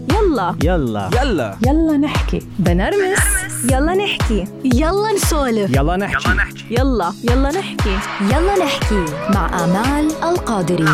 يلا يلا يلا يلا نحكي. بنرمس. يلا نحكي. يلا نسولف. يلا نحكي. يلا نحكي. يلا نحكي مع آمال القادري.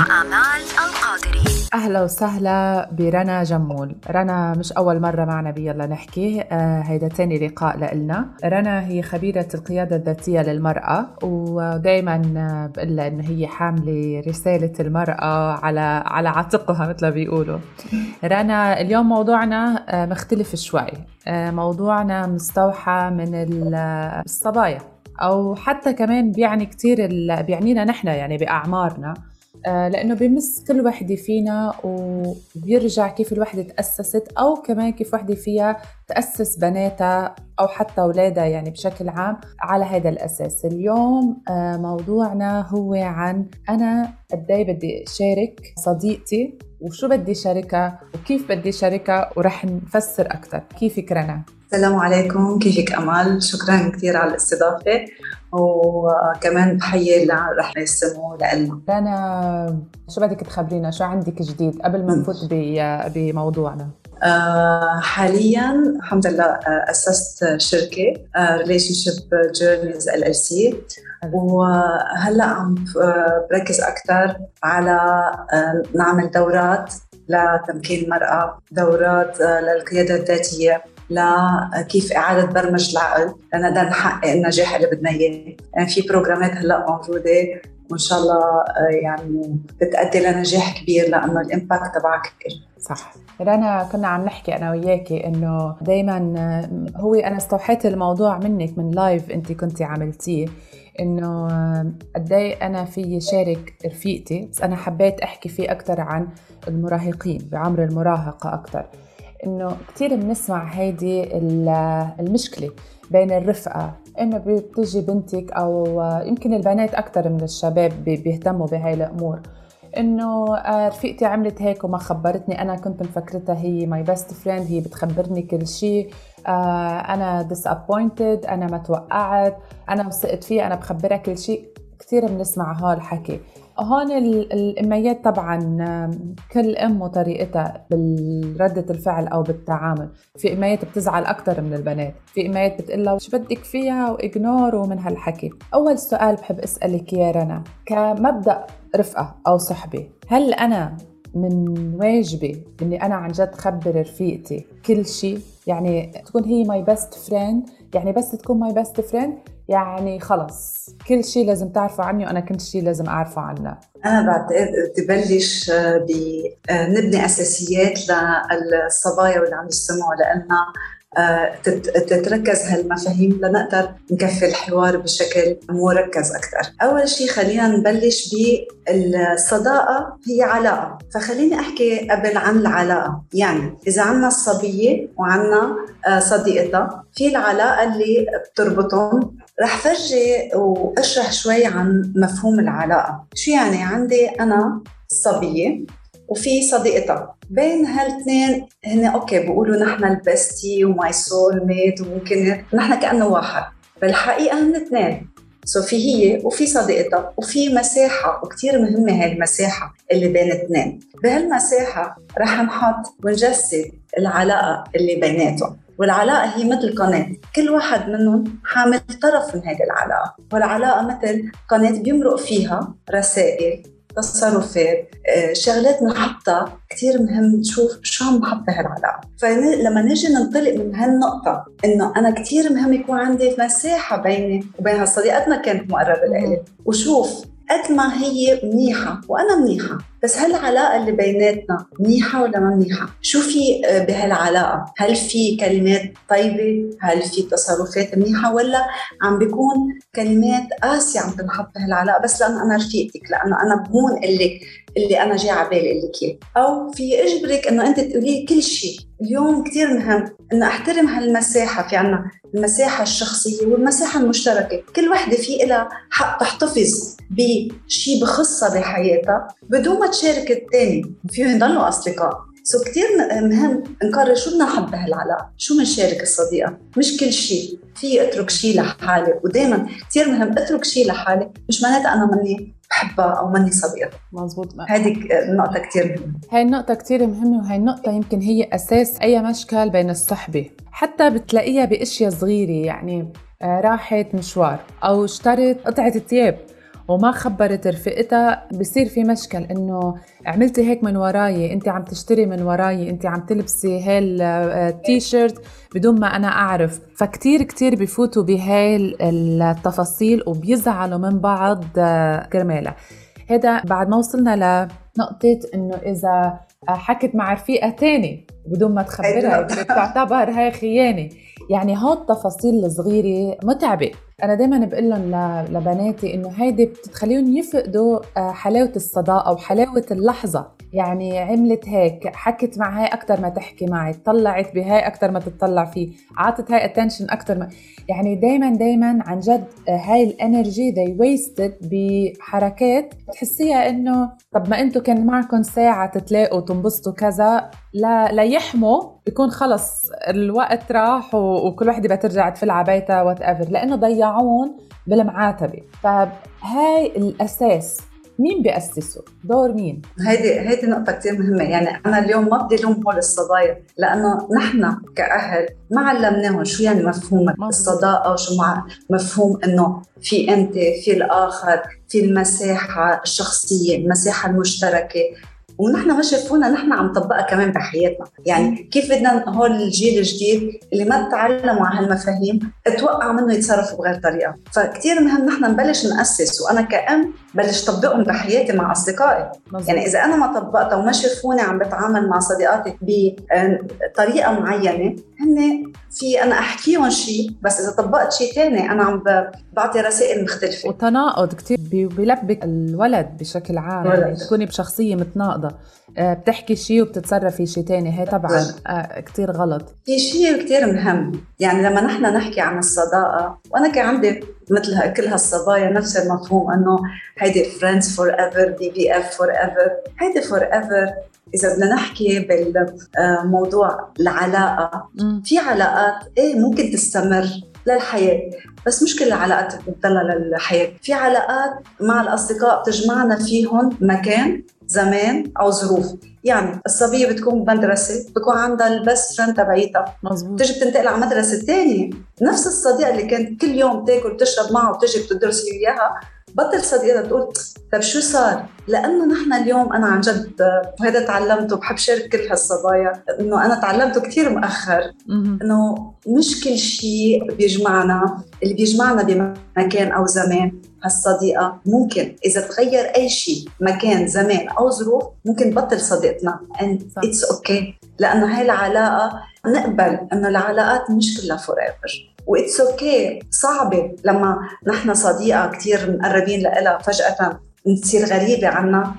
أهلا وسهلا برنا جمول. رنا مش أول مرة معنا بيلا نحكي، هيدا تاني لقاء لإلنا. رنا هي خبيرة القيادة الذاتية للمرأة، ودايما بقولها إنه هي حاملة رسالة المرأة على عاتقها مثل ما بيقولوا. رنا اليوم موضوعنا مختلف شوي، موضوعنا مستوحى من الصبايا، أو حتى كمان بيعني كتير بيعنينا نحن يعني بأعمارنا، لأنه بيمس كل وحدة فينا، وبيرجع كيف الوحدة تأسست، أو كمان كيف وحدة فيها تأسس بناتها أو حتى أولادها يعني بشكل عام على هذا الأساس. اليوم موضوعنا هو عن أنا قدي بدي شارك صديقتي، وشو بدي شاركها وكيف بدي شاركها، ورح نفسر أكتر. كيفك رنا؟ السلام عليكم، كيفك أمال؟ شكراً كثير على الاستضافة، وكمان بحيي اللي رح يستمعوا لنا. رنا شو بدك تخبرينا، شو عندك جديد قبل ما نفوت بموضوعنا؟ حالياً الحمد لله أسست شركة Relationship Journeys LLC، وهلأ عم بركز أكتر على نعمل دورات لتمكين المرأة، دورات للقيادة الذاتية، لكيف إعادة برمج العقل لنقدر نحقق النجاح اللي بدنا إياه. يعني في بروجرامات هلأ موجودة، وإن شاء الله يعني بتأدي لنجاح كبير، لأنه الإمباكت تبعها كبير. صح. رنا كنا عم نحكي أنا وياكي إنه دايماً أنا استوحيت الموضوع منك من لايف أنت كنتي عملتيه، إنه قدي أنا في شارك رفيقتي، بس أنا حبيت أحكي فيه أكتر عن المراهقين بعمر المراهقة أكتر. إنه كتير بنسمع هيدي المشكلة بين الرفقة، إنه بتجي بنتك أو يمكن البنات أكتر من الشباب بيهتموا بهاي الأمور، إنه رفيقتي عملت هيك وما خبرتني، أنا كنت مفكرتها هي my best friend، هي بتخبرني كل شيء، أنا disappointed، أنا ما توقعت، أنا وثقت فيها، أنا بخبرها كل شيء. كتير بنسمع هالحكي. هون الأميات طبعاً كل أم وطريقتها بالردة الفعل أو بالتعامل. في أميات بتزعل أكتر من البنات، في أميات بتقلها شو بدك فيها وإجنور ومن هالحكي. أول سؤال بحب أسألك يا رنا، كمبدأ رفقة أو صحبة، هل أنا من واجبي إني أنا عن جد خبر رفيقتي كل شيء؟ يعني تكون هي my best friend، يعني بس تكون my best friend يعني خلص كل شيء لازم تعرفوا عني وأنا كل شيء لازم أعرفه عنها؟ أنا بعد تبلش بنبني أساسيات للصبايا واللي عم يستمعوا، لأنها تتركز هالمفاهيم لنقدر نكفي الحوار بشكل مركز أكثر. أول شيء خلينا نبلش بالصداقة، هي علاقة. فخليني أحكي قبل عن العلاقة. يعني إذا عنا الصبية وعنا صديقتها، في العلاقة اللي بتربطهم. رح فرجي وأشرح شوي عن مفهوم العلاقة. شو يعني؟ عندي أنا الصبية وفي صديقتها، بين هالاثنين هن أوكي بيقولوا نحن البستي وماي سول ميت، وممكن نحن كأنه واحد، بالحقيقة هن اثنين. في هي وفي صديقتها وفي مساحة، وكتير مهمة هاي المساحة اللي بين اثنين. بهالمساحة رح نحط ونجسد العلاقة اللي بيناتهم. والعلاقة هي مثل قناة، كل واحد منهم حامل طرف من هذه العلاقة، والعلاقة مثل قناة بيمرق فيها رسائل، تصرفات، شغلات محطة. كتير مهم نشوف شو عم نحط بهالعلاقة. فلما نجي ننطلق من هالنقطة إنه أنا كتير مهم يكون عندي مساحة بيني وبين هالصديقتنا كانت مقربة لإلي، وشوف قد ما هي منيحة وأنا منيحة، بس هالعلاقة اللي بيناتنا منيحة ولا ما منيحة؟ شو في بهالعلاقة؟ هل في كلمات طيبة؟ هل في تصرفات منيحة؟ ولا عم بيكون كلمات قاسية عم تنحط بهالعلاقة بس لأنه أنا رفيقتك، لأنه أنا بهون اللي أنا جاي عبالي لك إياه، أو في أجبرك إنه أنت تقولي كل شيء. اليوم كتير مهم إنه أحترم هالمساحة. في عنا المساحة الشخصية والمساحة المشتركة، كل واحدة في لها حق تحتفظ بشيء بخصها بحياتها بدون ما تشارك التاني، وفيه يضلوا أصدقاء. كتير مهم نقرر شو بدنا نحب بهالعلاقة، شو منشارك الصديقة. مش كل شيء، في اترك شيء لحالي، ودايما كتير مهم اترك شيء لحالي. مش معناتها أنا مني بحبها أو ماني صديقة. مزبوط. هذه النقطة كتير مهمة. هاي النقطة كتير مهمة، وهاي النقطة يمكن هي أساس أي مشكل بين الصحبة. حتى بتلاقيها بأشياء صغيرة، يعني راحت مشوار أو اشترت قطعة ثياب وما خبرت رفقتها، بصير في مشكل إنه عملتي هيك من وراي، أنت عم تشتري من وراي، أنت عم تلبسي هالتيشيرت بدون ما أنا أعرف. فكتير كتير بفوتوا بهاي التفاصيل وبيزعلوا من بعض كرمالها. هذا بعد ما وصلنا لنقطة إنه إذا حكت مع رفيقة تاني بدون ما تخبرها بتعتبر هاي خيانة. يعني هاد التفاصيل الصغيرة متعبة. أنا دايماً بقول لهم لبناتي إنه هيدي بتخليهم يفقدوا حلاوة الصداقة وحلاوة اللحظة. يعني عملت هيك، حكت مع هاي أكتر ما تحكي معي، طلعت بهاي أكتر ما تطلع فيه، عاطت هاي attention أكتر ما، يعني دايماً عن جد هاي الانرجي they wasted بحركات تحسيها إنه طب ما أنتوا كان معكم ساعة تتلاقوا وتنبسطوا كذا، لا يحموا بيكون خلص الوقت راح وكل واحدة بترجع تفل على بيتها whatever، لأنه ضيعون بالمعاتبة. فهاي الأساس مين بيأسسه؟ دور مين؟ هيدي نقطة كتير مهمة. يعني أنا اليوم ما بدي لوم هول الصبايا، لأنه نحن كأهل ما علمناهم شو يعني مفهوم الصداقة وشو مفهوم إنه في أنت، في الآخر، في المساحة الشخصية، المساحة المشتركة، ونحن ما شافونا نحن عم نطبقها كمان بحياتنا. يعني كيف بدنا هول الجيل الجديد اللي ما تعلموا على هالمفاهيم اتوقع منه يتصرفوا بغير طريقة. فكتير مهم نحن نبلش نأسس، وأنا كأم بلش طبقهم بحياتي مع أصدقائي. يعني إذا أنا ما طبقتها وما شافوني عم بتعامل مع صديقاتي بطريقة معينة، هن في أنا أحكيهم شيء، بس إذا طبقت شيء تاني أنا عم بعطي رسائل مختلفة. وتناقض كتير بيلبك الولد بشكل عام. يعني تكوني بشخصية متناقضة، بتحكي شيء وبتتصرفي شيء تاني، هي طبعا كتير غلط. في شيء كتير مهم، يعني لما نحن نحكي عن الصداقة، وأنا كان عندي مثل كل هالصبايا نفس المفهوم إنه هيدي friends forever، BBF forever. هيدي forever إذا بدنا نحكي بالموضوع العلاقة، في علاقات ممكن تستمر للحياة، بس مش كل العلاقات بتضلها للحياة. في علاقات مع الأصدقاء بتجمعنا فيهم مكان، زمان أو ظروف. يعني الصبية بتكون بمدرسة، بتكون عندها البست فريند تبعيتها، تجي بتنتقل على مدرسة تانية، نفس الصديق اللي كانت كل يوم تاكل تشرب معه وتجي بتدرس وياها، بطل صديقتها تقول طب شو صار؟ لأنه نحن اليوم أنا عن جد وهذا تعلمته، بحب شارك كل هالصبايا إنه أنا تعلمته كتير مؤخر، إنه مش كل شيء بيجمعنا، اللي بيجمعنا بمكان أو زمان. هالصديقة ممكن إذا تغير أي شيء، مكان، زمان أو ظروف، ممكن تبطل صديقتنا and it's okay. لأنه هاي العلاقة نقبل إنه العلاقات مش كلها forever وإتس أوكي. صعبة لما نحن صديقة كتير مقربين لإلها فجأة نصير غريبة عنا،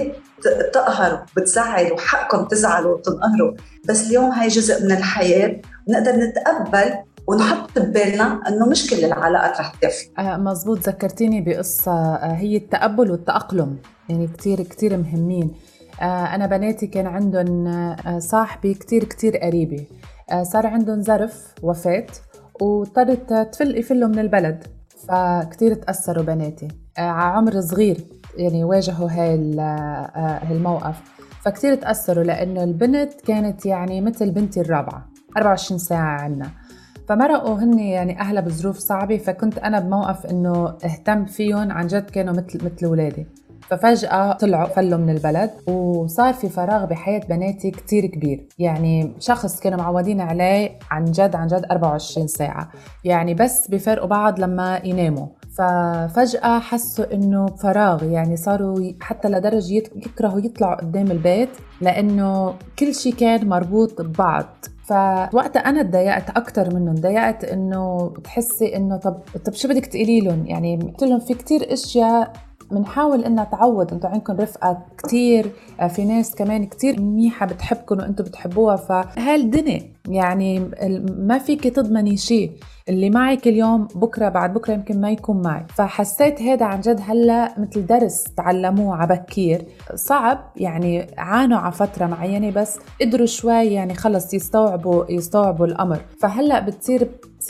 تقهر وبتزعل، وحقكم تزعلوا وتنقهروا، بس اليوم هاي جزء من الحياة، ونقدر نتقبل ونحط ببالنا أنه مش كل العلاقات رح تكفي. مزبوط. ذكرتيني بقصة هي التقبل والتأقلم، يعني كتير مهمين. أنا بناتي كان عندهم صاحبي كتير قريبة، صار عندهم ظرف وفاة واضطرت يفلوا من البلد، فكتير تأثروا بناتي على عمر صغير، يعني واجهوا هاي الموقف، فكتير تأثروا، لأنه البنت كانت يعني مثل بنتي الرابعة 24 ساعة عنا، فمرقوا هن يعني أهلا بظروف صعبة، فكنت أنا بموقف إنه اهتم فيهم عن جد، كانوا مثل ولادي. ففجأة طلعوا فلوا من البلد، وصار في فراغ بحياة بناتي كتير كبير. يعني شخص كانوا معودين عليه عن جد 24 ساعة، يعني بس بفرقوا بعض لما يناموا، ففجأة حسوا إنه فراغ، يعني صاروا حتى لدرجة يكرهوا يطلعوا قدام البيت، لأنه كل شيء كان مربوط ببعض. فوقتها أنا اتضايقت أكتر منهم، اتضايقت إنه تحسي إنه طب شو بدك تقولي لهم؟ يعني قلت لهم في كتير أشياء منحاول إنها تعود، أنتوا عندكم رفقة كتير، في ناس كمان كتير منيحة بتحبكم وأنتوا بتحبوها، فهالدنيا يعني ما فيك تضمني شيء، اللي معك اليوم بكرة بعد بكرة يمكن ما يكون معي. فحسيت هذا عن جد هلأ مثل درس تعلموه عبكير، صعب يعني عانوا على فترة معينة، بس قدروا شوي يعني خلص يستوعبوا الأمر. فهلأ بتصير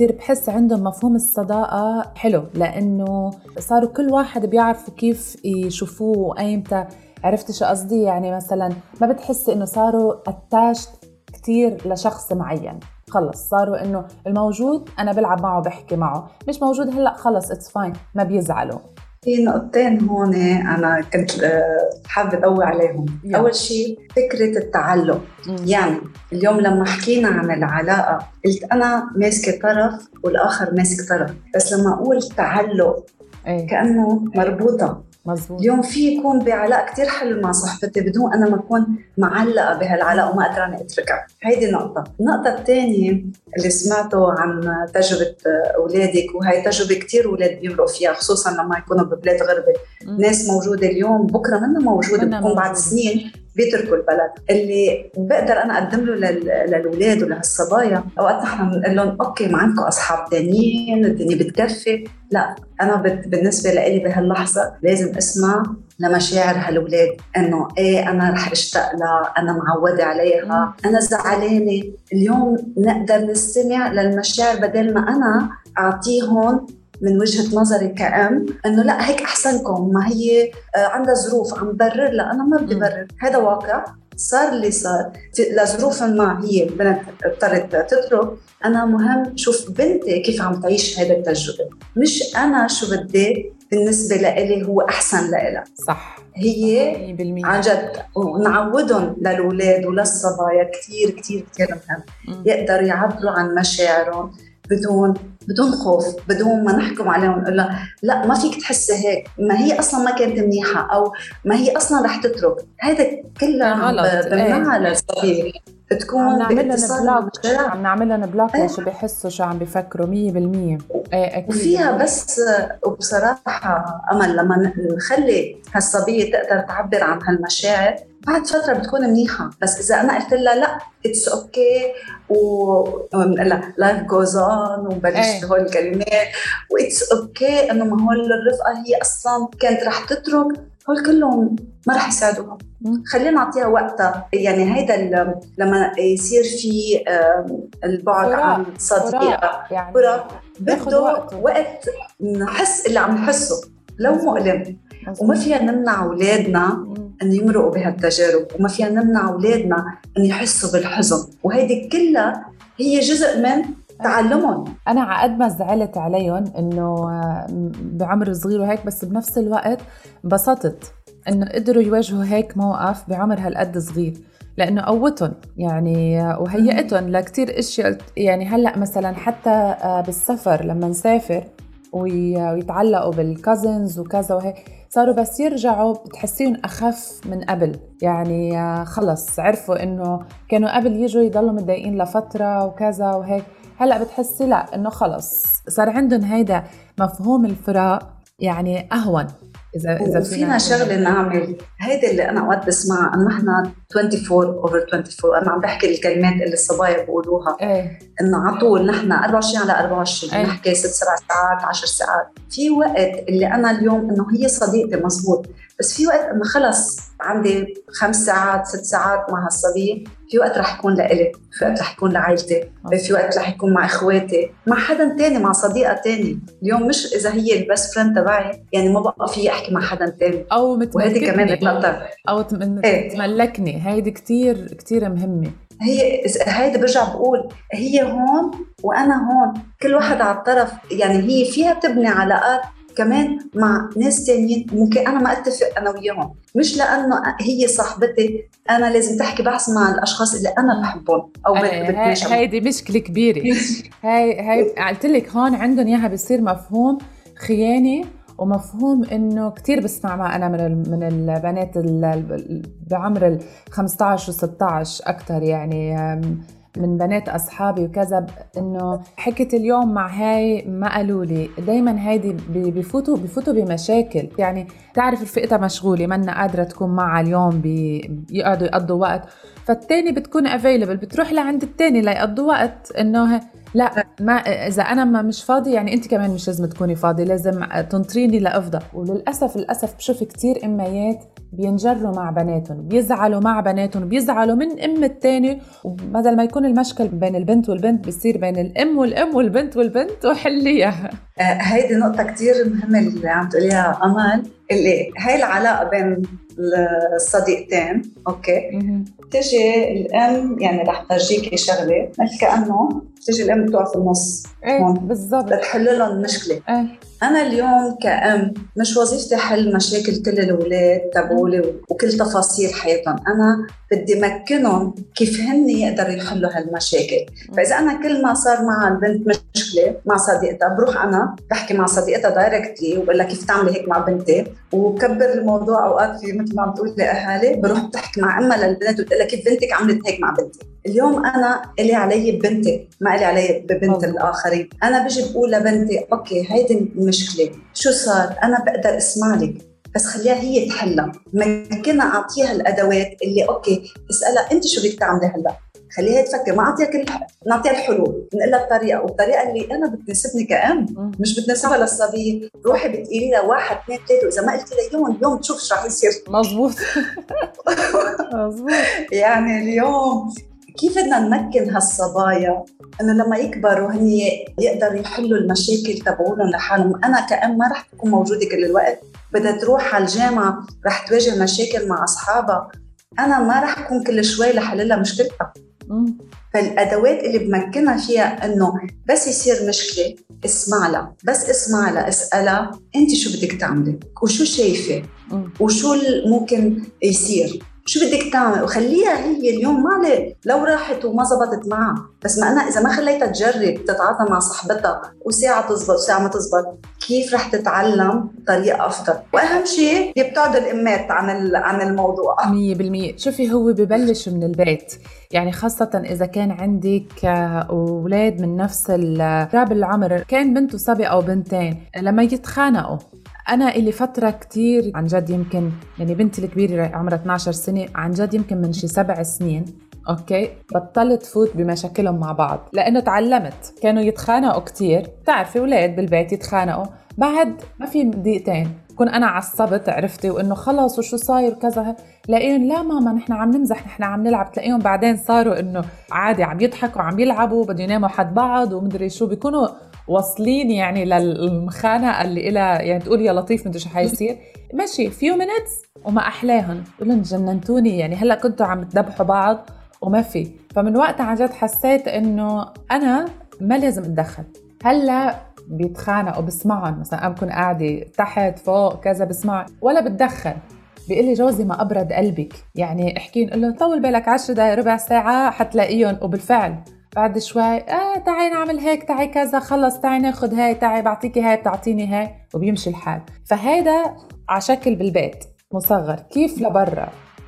بصير بحس عندهم مفهوم الصداقة حلو، لأنه صاروا كل واحد بيعرفوا كيف يشوفوه أيمتى. عرفت شو قصدي؟ يعني مثلا ما بتحس إنه صاروا attached كتير لشخص معين، خلص صاروا إنه الموجود أنا بلعب معه بحكي معه، مش موجود هلأ خلص it's fine، ما بيزعلوا. في نقطتين هون أنا كنت حابة أضوي عليهم. أول شيء فكرة التعلق. يعني اليوم لما حكينا عن العلاقة قلت أنا ماسكة طرف والآخر ماسك طرف، بس لما أقول تعلق كأنه مربوطة. مزبوط. اليوم في يكون بعلاقة كتير حلو مع صحبتي بدون أنا ما أكون معلقة بهالعلاقة وما قدرانة أتركها. هيدي نقطة. النقطة الثانية اللي سمعته عن تجربة أولادك، وهي تجربة كتير أولاد بيمرقوا فيها خصوصا لما يكونوا ببلاد غربة. ناس موجودة اليوم بكرة منها موجودة، بتكون بعد سنين بيتركوا البلد. اللي بقدر أنا أقدم له للأولاد ولهالصبايا أوقات نحن بنقول لهم أوكي ما عندكم أصحاب تانيين، الدنيا بتكفي. لا، أنا بالنسبة لي بهاللحظة لازم أسمع لمشاعر هالأولاد، إنه إيه أنا رح أشتاق لها، أنا معودة عليها، أنا زعلانة. اليوم نقدر نستمع للمشاعر بدل ما أنا أعطيهم من وجهة نظري كأم إنه لا هيك أحسنكم، ما هي عندها ظروف عم برر. لا، أنا ما بدي برر، هذا واقع صار اللي صار لظروف ما هي البنت اضطرت تترك. أنا مهم شوف بنتي كيف عم تعيش هذا التجربة، مش أنا شو بدي بالنسبة لإلي هو أحسن لإلها. صح، هي عن جد. ونعودهم للأولاد وللصبايا كتير كتير كتير مهم يقدروا يعبروا عن مشاعرهم بدون خوف، بدون ما نحكم عليهم ونقول له لا ما فيك تحسي هيك، ما هي أصلا ما كانت منيحة، أو ما هي أصلا رح تترك. هذا كله غلط. بمنعها للصغير تكون باتصال. عم نعملها بلوك لشو بيحسوا شو عم بيفكروا 100%. أكيد. وفيها بس وبصراحة أمل لما نخلي هالصبية تقدر تعبر عن هالمشاعر بعد فترة بتكون منيحة. بس إذا أنا قلت لها لا it's okay لا life goes on وبلشت هول الكلمات و it's okay إنه ما هول الرفقة هي أصلاً كانت رح تترك، هول كلهم ما رح يساعدوها. خلينا نعطيها وقتها. يعني هيدا لما يصير في البعد عن صديقة يعني بده وقت نحس اللي عم نحسه لو مؤلم. وما فيها نمنع أولادنا أن يمرقوا بهالتجارب، وما فيها نمنع أولادنا أن يحسوا بالحزن، وهيدي كلها هي جزء من تعلمهم. أنا عقد ما زعلت عليهم إنه بعمر صغير وهيك، بس بنفس الوقت انبسطت إنه قدروا يواجهوا هيك موقف بعمر هالقد صغير، لأنه قوتهم يعني وهيئتهم لكتير إشياء. يعني هلأ مثلا حتى بالسفر لما نسافر ويتعلقوا بالكازنز وكذا وهيك، صاروا بس يرجعوا بتحسيهم أخف من قبل. يعني خلص عرفوا إنه كانوا قبل يجوا يضلوا متضايقين لفترة وكذا وهيك، هلأ بتحسي لا إنه خلص صار عندهم هيدا مفهوم الفراق يعني أهون. إذا فينا شغلة نعمل هيدا اللي أنا أود بسمعها، إنه إحنا 24/24. أنا عم بحكي الكلمات اللي الصبايا بيقولوها إنه عطول نحن 24/24 نحكي 6 ساعات 10 ساعات. في وقت اللي أنا اليوم إنه هي صديقتي مزبوط، بس في وقت إنه خلص عندي 5 ساعات 6 ساعات مع هالصبية. في وقت رح يكون لإلي، في وقت رح يكون لعائلتي، في وقت رح يكون مع إخواتي، مع حدا تاني، مع صديقة تاني. اليوم مش إذا هي البست فريند تبعي يعني ما بقى في أحكي مع حدا تاني، أو وهذه كمان النقطة أو تملكني. هيدي كتير كتير مهمة. هيدا برجع بقول هي هون وأنا هون، كل واحد على الطرف. يعني هي فيها تبني علاقات كمان مع ناس تانيين ممكن أنا ما أتفق أنا وياهم، مش لأنه هي صاحبتي أنا لازم تحكي بس مع الأشخاص اللي أنا بحبهم أو بتماشى. هيدي مشكلة كبيرة. هاي قلتلك هون عندهم إياها بيصير مفهوم خيانة، ومفهوم إنه كتير بسمع أنا من البنات بعمر 15 و16 أكتر، يعني من بنات أصحابي وكذا، إنه حكيت اليوم مع هاي ما قالوا لي. دايما هايدي بيفوتوا بمشاكل. يعني تعرف رفقتها مشغولة منا قادرة تكون معها اليوم، يقعدوا يقضوا وقت، فالتاني بتكون available بتروح لعند التاني ليقضوا وقت. إنه لا، ما اذا انا ما مش فاضي يعني انت كمان مش لازم تكوني فاضي، لازم تنطريني لافضل. وللاسف بشوف كتير اميات بينجروا مع بناتهم، بيزعلوا مع بناتهم، بيزعلوا من ام التاني، وبدل ما يكون المشكل بين البنت والبنت بيصير بين الام والام والبنت والبنت وحليها. هيدي نقطة كتير مهمة اللي عم تقوليها أمل، اللي هاي العلاقة بين الصديقتين. أوكي، تجي الأم يعني رح ترجيكي شغلة مثل كأنه تجي الأم بتقع في النص هون بالضبط لتحل لهم المشكلة. أنا اليوم كأم مش وظيفتي حل مشاكل كل الأولاد تبعولي وكل تفاصيل حياتهم، أنا بدي مكنهم كيف هن يقدروا يحلوا هالمشاكل. فإذا أنا كل ما صار مع البنت مشكلة مع صديقتها بروح أنا بحكي مع صديقتها دايركتلي وبقول لها كيف تعملي هيك مع بنتي، وكبر الموضوع. أوقات في مثل ما عم تقول لي أهالي بروح بحكي مع أمها للبنت وتقول لها كيف بنتك عملت هيك مع بنتي. اليوم أنا إلي علي ببنتي ما إلي علي ببنت الآخرين. أنا بجي بقول لبنتي أوكي هيدي المشكلة شو صار، أنا بقدر أسمع لك بس خليها هي تحلها. ممكن أعطيها الأدوات اللي أوكي اسألها أنت شو بدك تعملي هلأ، خليها تفكر، ما أعطيها نعطيها الحلول، نقلها الطريقة والطريقة اللي أنا بتناسبني كأم مش بتناسبها للصبي. روحي بتقولي لها 1 2 3 وإذا ما قلت لها اليوم تشوف شو رح يصير. مزبوط. يعني اليوم كيف بدنا نمكن هالصبايا انه لما يكبروا هن يقدروا يحلوا المشاكل تبعولهم لحالهم. انا كأم ما رح تكون موجوده كل الوقت، بدها تروح على الجامعه رح تواجه مشاكل مع اصحابها، انا ما رح اكون كل شوي لحللها مشكلتها. فالادوات اللي بمكنها فيها انه بس يصير مشكله اسمع لها، بس اسمع لها، اسالها انت شو بدك تعملي وشو شايفه وشو ممكن يصير، شو بدك تعمل، وخليها هي اليوم ما عليه لو راحت وما زبطت معها، بس ما أنا إذا ما خليتها تجرب تتعاطى مع صاحبتها وساعة تزبط وساعة ما تزبط كيف رح تتعلم طريقة أفضل. وأهم شيء يبتعد الأمات عن الموضوع 100%. شوفي هو ببلش من البيت، يعني خاصة إذا كان عندك أولاد من نفس راب العمر، كان بنت وصبي أو بنتين لما يتخانقوا. أنا اللي فترة كتير عن جد يمكن يعني بنتي الكبيرة عمرها 12 سنة عن جد يمكن من شي 7 سنين أوكي بطلت فوت بمشاكلهم مع بعض لأنه تعلمت. كانوا يتخانقوا كتير، تعرفي أولاد بالبيت يتخانقوا، بعد ما في دقيقتين كون أنا عصبت عرفتي وإنه خلص وشو صاير كذا، لاقيهم لا ماما نحن عم نمزح نحن عم نلعب، تلاقيهم بعدين صاروا إنه عادي عم يضحكوا عم يلعبوا بدهم يناموا حد بعض ومدري شو، بيكونوا واصلين يعني للمخانقة اللي إلها يعني تقول يا لطيف مدري شو حيصير ماشي few minutes وما أحلاهم يقولون جننتوني يعني هلأ كنتوا عم تدبحوا بعض وما في. فمن وقتها عن جد حسيت إنه أنا ما لازم أتدخل. هلأ بيتخانقوا بسمعهم، مثلا أنا بكون قاعدة تحت فوق كذا بسمع ولا بتدخل، بيقول لي جوزي ما أبرد قلبك، يعني احكي نقول له طول بالك 10 دقايق ربع ساعة حتلاقيهم، وبالفعل بعد شوي تعي نعمل هيك تعي كذا خلص تعي ناخد هاي تعي بعطيكي هاي بتعطيني هاي وبيمشي الحال. فهيدا عشكل بالبيت مصغر. كيف لبرا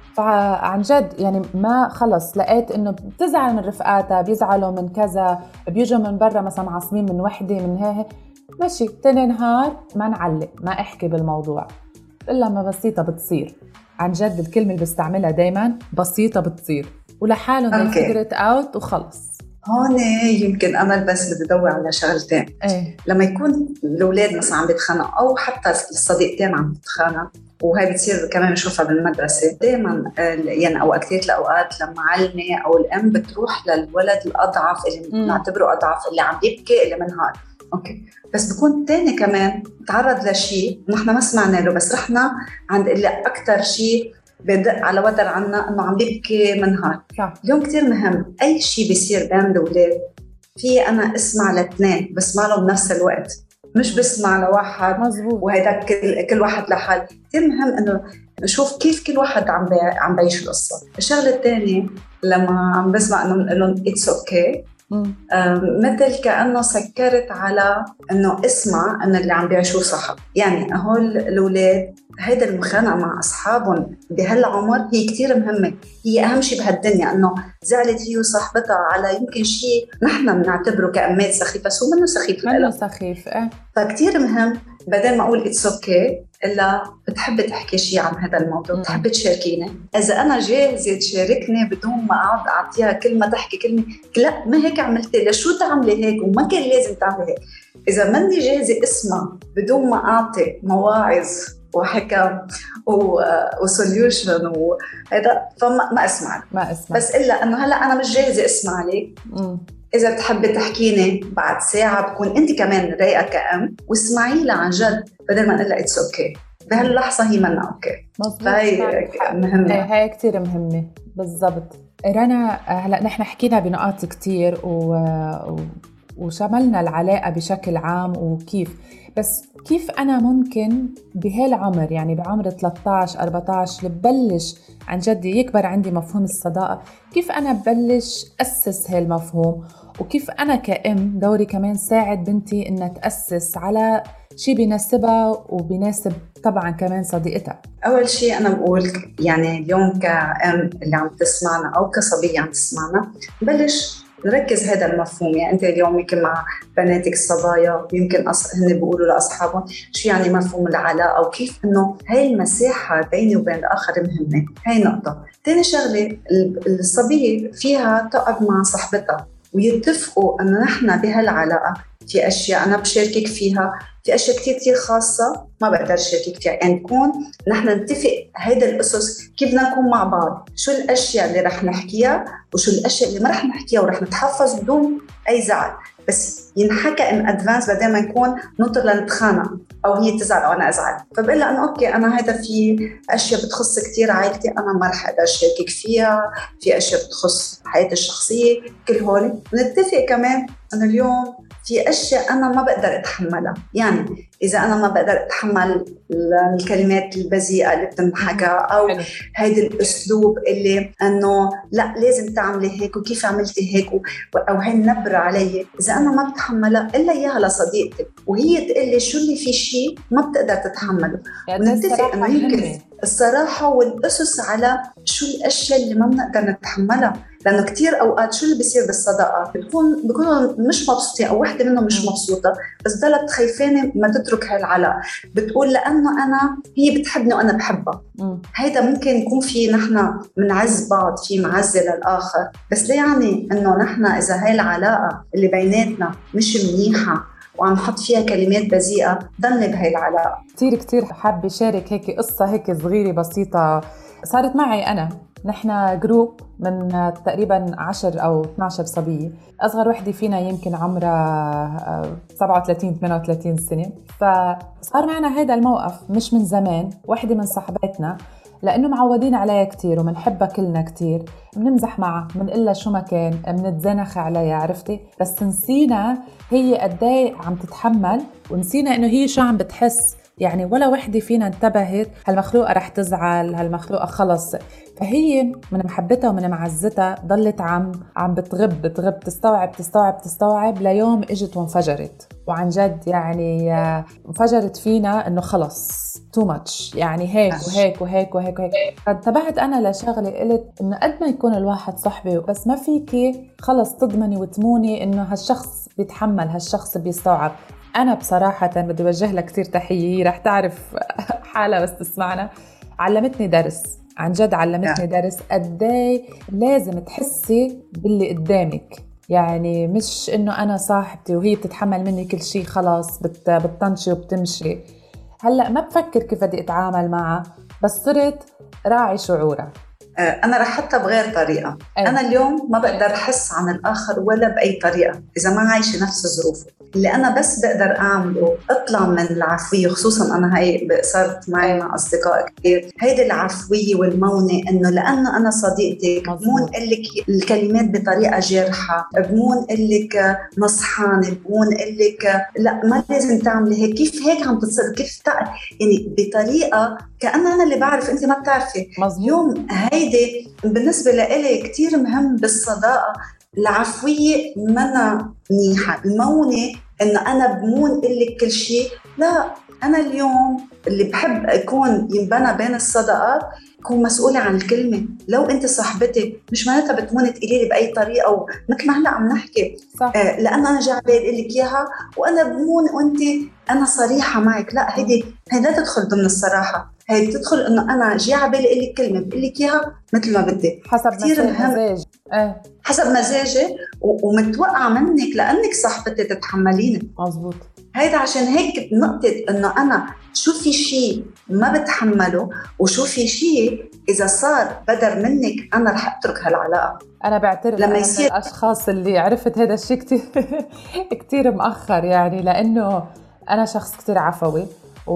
فعن جد يعني ما خلص لقيت انه بتزعل من رفقاتها، بيزعلوا من كذا، بيجوا من برا مثلا عاصمين من وحدة من هاي ماشي، تاني نهار ما نعلق ما احكي بالموضوع إلا ما بسيطة بتصير. عن جد الكلمة اللي بستعملها دايما بسيطة بتصير ولحالهم فكرت اوت وخلص. هون يمكن أمل بس بدي أدور على شغلتين. لما يكون الأولاد مثلا عم بيتخانقوا أو حتى الصديقتين عم بيتخانقوا، وهي بتصير كمان نشوفها بالمدرسة دايما يعني أو كثير الأوقات لما معلمة أو الأم بتروح للولد الأضعف اللي نعتبره أضعف اللي عم يبكي اللي منهار أوكي، بس بكون الثاني كمان تعرض لشيء نحن ما سمعنا له بس رحنا عند اللي أكتر شيء بدق على ودر عنا انه عم بيبكي منهار. اليوم كتير مهم اي شيء بيصير بين الاولاد في انا اسمع لاثنين بسمع لهم بنفس الوقت، مش بسمع لواحد وهيدا كل واحد لحال. كتير مهم انه نشوف كيف كل واحد عم بعيش القصه. الشغله الثانيه لما عم بسمع انه بنقول لهم اتس اوكي مثل كأنه سكرت على أنه اسمع أن اللي عم بيعيشوه صح. يعني هول الأولاد هيدا المخانقة مع أصحابهم بهالعمر هي كتير مهمة، هي أهم شيء بهالدنيا. أنه زعلت هي وصاحبتها على يمكن شيء نحن بنعتبره كأمات سخيف بس هو منه سخيف منه سخيف. فكتير مهم بدل ما أقول it's okay إلا بتحب تحكي شيء عن هذا الموضوع، بتحب تشاركيني. إذا أنا جاهزة تشاركني بدون ما أقعد أعطيها كلمة تحكي كلمة لا ما هيك عملتي، لشو تعملي هيك وما كان لازم تعملي هيك. إذا مني جاهزة اسمع بدون ما أعطي مواعظ وحكم وسوليوشن وهذا فما أسمع. بس إلا أنه هلأ أنا مش جاهزة أسمع عليك. إذا بتحبي تحكيني بعد ساعة بكون أنت كمان رايقة كأم واسمعي لها عن جد بدل ما نقول لها it's okay. بهاللحظة هي منا أوكي. هاي مهمة. هاي كتير مهمة بالضبط. رنا هلأ نحن حكينا بنقاط كتير وشملنا العلاقة بشكل عام وكيف، بس كيف أنا ممكن بهالعمر يعني بعمر 13-14 ببلش عن جد يكبر عندي مفهوم الصداقة، كيف أنا ببلش أسس هالمفهوم، وكيف أنا كأم دوري كمان ساعد بنتي إنها تأسس على شيء بيناسبها وبيناسب طبعاً كمان صديقتها. أول شيء أنا بقول يعني اليوم كأم اللي عم تسمعنا أو كصبية عم تسمعنا بلش نركز هذا المفهوم. يعني أنت اليوم يمكن مع بناتك الصبايا يمكن هن بيقولوا لأصحابهم شو يعني مفهوم العلاقة أو كيف إنه هاي المساحة بيني وبين الآخر مهمة. هاي نقطة. تاني شغلة الصبية فيها تقعد مع صاحبتها ويتفقوا أنه نحن بهالعلاقة في أشياء أنا بشاركك فيها، في أشياء كتير خاصة ما بقدر شاركك فيها. يعني نكون نحن نتفق هيدا الأسس كيف بدنا نكون مع بعض، شو الأشياء اللي رح نحكيها وشو الأشياء اللي ما رح نحكيها ورح نتحفظ بدون أي زعل، بس ينحكى إن أدفانس بدل ما نكون نطر لنتخانق أو هي تزعل أو أنا أزعل. فبقول لها أنا أوكي أنا هيدا في أشياء بتخص كتير عائلتي أنا ما رح أقدر شاركك فيها، في أشياء بتخص حياتي الشخصية كل هول. ونتفق كمان أنه اليوم في أشياء أنا ما بقدر أتحملها. يعني إذا أنا ما بقدر أتحمل الكلمات البذيئة اللي بتنحكى أو هيدا الأسلوب اللي أنه لا لازم تعملي هيك وكيف عملتي هيك أو هاي النبرة علي، إذا أنا ما بتحملها إلا إياها لصديقتي وهي تقول لي شو اللي في شيء ما بتقدر تتحمله. ونتفق أنه يمكن الصراحة والأسس على شو الأشياء اللي ما بنقدر نتحملها. لأنه كتير أوقات شو اللي بيصير بالصداقة بيكونوا مش مبسوطين أو واحدة منهم مش مبسوطة بس ضلت خايفانة ما تترك هاي العلاقة، بتقول لأنه أنا هي بتحبني وأنا بحبها. هيدا ممكن يكون في نحن منعز بعض في معزة للآخر، بس لا يعني أنه نحن إذا هاي العلاقة اللي بيناتنا مش منيحة وعم نحط فيها كلمات بذيئة ضلني بهاي العلاقة. كتير حابة شارك هيك قصة هيك صغيرة بسيطة صارت معي أنا. نحن جروب من تقريباً 10 أو 12 صبية، أصغر وحدة فينا يمكن عمرها 37-38 سنة. فصار معنا هذا الموقف مش من زمان. وحدة من صاحباتنا لأنه معودين عليها كتير ومنحبها كلنا كتير بنمزح معها بنقلها شو ما كان بنتزنخ عليها عرفتي، بس نسينا هي قداي عم تتحمل ونسينا إنه هي شو عم بتحس. يعني ولا وحدة فينا انتبهت هالمخلوقة رح تزعل، هالمخلوقة خلص. فهي من محبتها ومن معزتها ضلت عم بتغب تستوعب ليوم اجت وانفجرت. وعن جد يعني انفجرت فينا انه خلص too much، يعني هيك. فانتبهت انا لشغلة قلت انه قد ما يكون الواحد صاحبي بس ما فيكي خلص تضمني وتموني انه هالشخص بيتحمل، هالشخص بيستوعب. أنا بصراحة بدي أوجه لها كتير تحية، رح تعرف حالة بس تسمعنا. علمتني درس عن جد، علمتني درس قداي لازم تحسي باللي قدامك. يعني مش إنه أنا صاحبتي وهي بتتحمل مني كل شيء خلاص بتطنشي وبتمشي. هلأ ما بفكر كيف بدي أتعامل معها بس صرت راعي شعورها. أنا رح حتى بغير طريقة. أنا اليوم ما بقدر أحس عن الآخر ولا بأي طريقة إذا ما عايشة نفس ظروفه. اللي أنا بس بقدر أعمله أطلع من العفوية، خصوصاً أنا هاي صارت معي مع أصدقاء كتير، هيدي العفوية والمونة، إنه لأنه أنا صديقتك بمون قلك الكلمات بطريقة جارحة، بمون قلك نصحانة، بمون قلك لا ما لازم تعملي هيك، كيف هيك عم تتصير، كيف يعني بطريقة كأن أنا اللي بعرف أنت ما بتعرفي. يوم هيدي بالنسبة لإلي كتير مهم بالصداقة. العفوية منا منيحة، المونة إنه أنا بمون قلك كل شيء. لا، أنا اليوم اللي بحب أكون ينبنى بين الصداقات كون مسؤولة عن الكلمة. لو أنت صاحبتي مش معناتها بتموني تقولي لي بأي طريقة، ومثل ما هلا عم نحكي لأن أنا جاي بالي أقول لك إياها وأنا بمون وأنت أنا صريحة معك. لا، هيدي لا تدخل ضمن الصراحة، هي تدخل إنه أنا جاي على بالي أقول لك كلمة بقول لك إياها مثل ما بدي، حسب مزاجي. حسب مزاجي ومتوقع منك لأنك صاحبتي تتحمليني. مزبوط. هيدا عشان هيك نقطة إنه أنا شو في شيء ما بتحمله وشو في شيء إذا صار بدر منك أنا رح أترك هالعلاقة. أنا بعترف لما من يصير الأشخاص اللي عرفت هذا الشيء كتير كتير مأخر، يعني لأنه أنا شخص كتير عفوي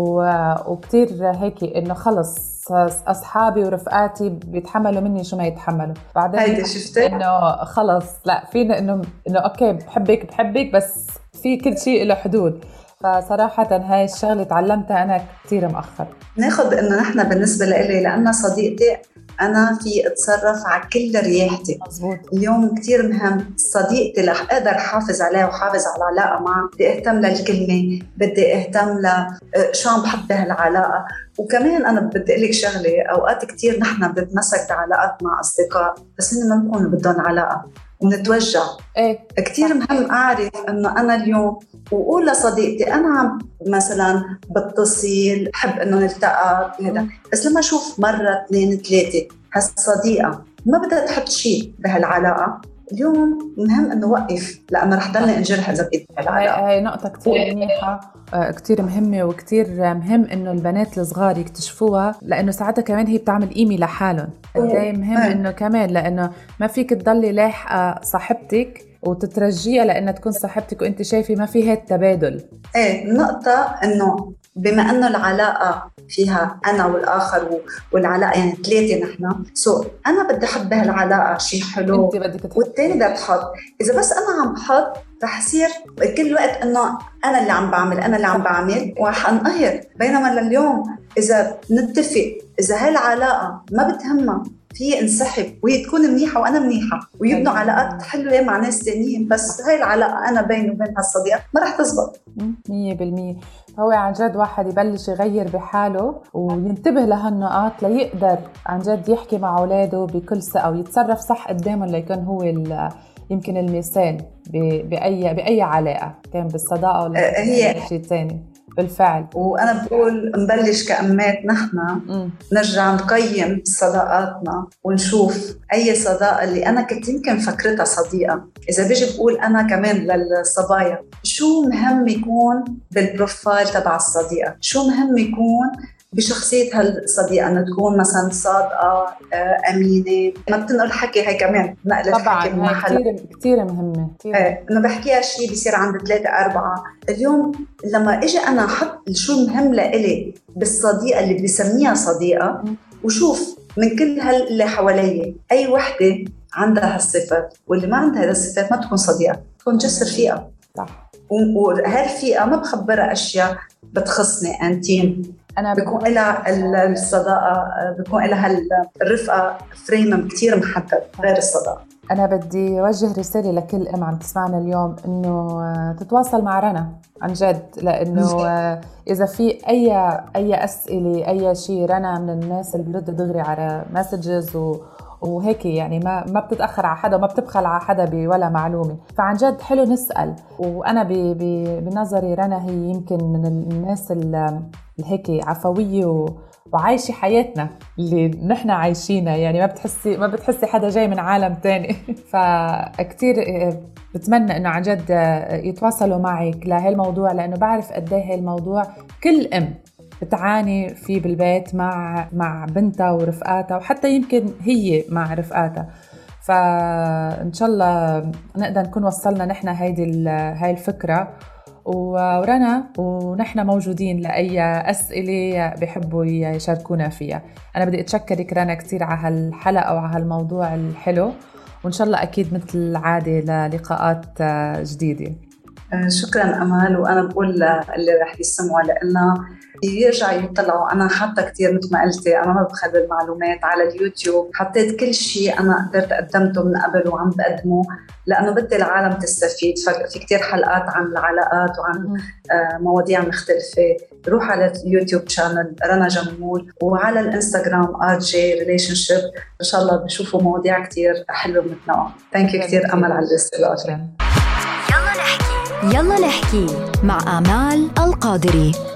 وكتير هيك إنه خلص أصحابي ورفقاتي بيتحملوا مني شو ما يتحملوا. بعدين هيدا شفتي إنه خلص لا فينا إنه أوكي بحبك بس في كل شيء له حدود. فصراحة هاي الشغلة تعلمتها أنا كتير مأخر. ناخد إنه نحن بالنسبة لإلي لأنها صديقتي أنا في أتصرف على كل رياحتي. مزبوط. اليوم كتير مهم صديقتي رح أقدر حافظ عليها وحافظ على العلاقة معها. بدي أهتم للكلمة، بدي أهتم شو عم بحب بهالعلاقة. وكمان أنا بدي أقولك شغلة، أوقات كتير نحن بنتمسك بعلاقات مع أصدقاء بس هن ما بيكونوا بدهم علاقة ونتوجع. كتير مهم أعرف أنه أنا اليوم وقول لصديقتي أنا مثلا بتصل بحب أنه نلتقى هذا، بس لما أشوف مرة 2 3 هالصديقة ما بدها تحط شيء بهالعلاقة، اليوم مهم أنه وقف لأنه رح ضلني انجرح إذا بقيت بهالعلاقة. هاي نقطة كتير منيحة، كتير مهمة، وكتير مهم إنه البنات الصغار يكتشفوها لأنه ساعتها كمان هي بتعمل قيمة لحالهم. هاي مهم إنه كمان لأنه ما فيك تضلي لاحقة صاحبتك وتترجيها لأنها تكون صاحبتك وإنت شايفة ما في هيك تبادل. النقطة إنه بما أنه العلاقة فيها أنا والآخر والعلاقة يعني 3 نحن، أنا بدي أحب بهالعلاقة شيء حلو والتاني بدي تحط. إذا بس أنا عم بحط رح يصير كل وقت إنه أنا اللي عم بعمل ورح أنقهر. بينما اليوم إذا نتفق إذا هالعلاقة ما بتهمها في انسحب وهي تكون منيحة وأنا منيحة ويبنوا علاقات حلوة مع ناس تانيين، بس هاي العلاقة أنا بيني وبين هالصديقة ما رح تزبط 100%. هو عن جد واحد يبلش يغير بحاله وينتبه لهالنقاط ليقدر عن جد يحكي مع أولاده بكل ثقة ويتصرف صح قدامهم ليكون هو يمكن المثال بأي علاقة كان بالصداقة ولا هي شيء تاني بالفعل. وأنا بقول نبلش كأمات نحن نرجع نقيم صداقاتنا ونشوف أي صداقة اللي أنا كنت يمكن فكرتها صديقة. إذا بيجي بقول أنا كمان للصبايا شو مهم يكون بالبروفايل تبع الصديقة، شو مهم يكون بشخصية هالصديقة، أنه تكون مثلا صادقة أمينة ما بتنقل حكي. هاي كمان نقلت حكي من محل كتير مهمة. أنا بحكيها شيء بيصير عند 3 4. اليوم لما إجي أنا أحط شو مهم لإلي بالصديقة اللي بسميها صديقة وشوف من كل اللي حوالي أي وحدة عندها هالصفات، واللي ما عندها هذا الصفات ما تكون صديقة، تكون جسر فيها. صح. وهالفئة ما بخبرها أشياء بتخصني أنتين. أنا بيكون لها الصداقة بيكون لها الرفقة فريم كتير محدد غير الصداقة. أنا بدي أوجه رسالة لكل أم عم تسمعنا اليوم إنه تتواصل مع رنا عن جد، لأنه إذا في أي أسئلة أي شيء، رنا من الناس اللي برد دغري على مسجز وهيك، يعني ما بتتأخر على حدا وما بتبخل على حدا ولا معلومة. فعن جد حلو نسأل. وأنا بنظري رنا هي يمكن من الناس اللي هيك عفوية وعايشة حياتنا اللي نحن عايشينها، يعني ما بتحسي حدا جاي من عالم تاني. فكتير بتمنى إنه عن جد يتواصلوا معك لهالموضوع، لأنه بعرف قديه هالموضوع كل أم بتعاني فيه بالبيت مع بنتها ورفقاتها، وحتى يمكن هي مع رفقاتها. فإن شاء الله نقدر نكون وصلنا نحن هاي الفكرة. ورنا ونحن موجودين لأي أسئلة بيحبوا يشاركونا فيها. أنا بدي أتشكرك رنا كتير على هالحلقة وعلى هالموضوع الحلو، وإن شاء الله أكيد مثل العادة للقاءات جديدة. شكرا أمال. وأنا بقول اللي رح يسمعوا لنا يرجع يطلعوا. أنا حتى كتير مثل ما قلتي أنا ما بخلي المعلومات على اليوتيوب، حطيت كل شيء أنا قدرت قدمته من قبل وعم بقدمه لأنه بدي العالم تستفيد. في كتير حلقات عن العلاقات وعن مواضيع مختلفة. روح على اليوتيوب شانل رنا جمول وعلى الانستغرام RJ Relationship، إن شاء الله بشوفوا مواضيع كتير حلوة ومتنوعة. ثانك يو كتير أمل على الاستضافة. يلا نحكي مع آمال القادري.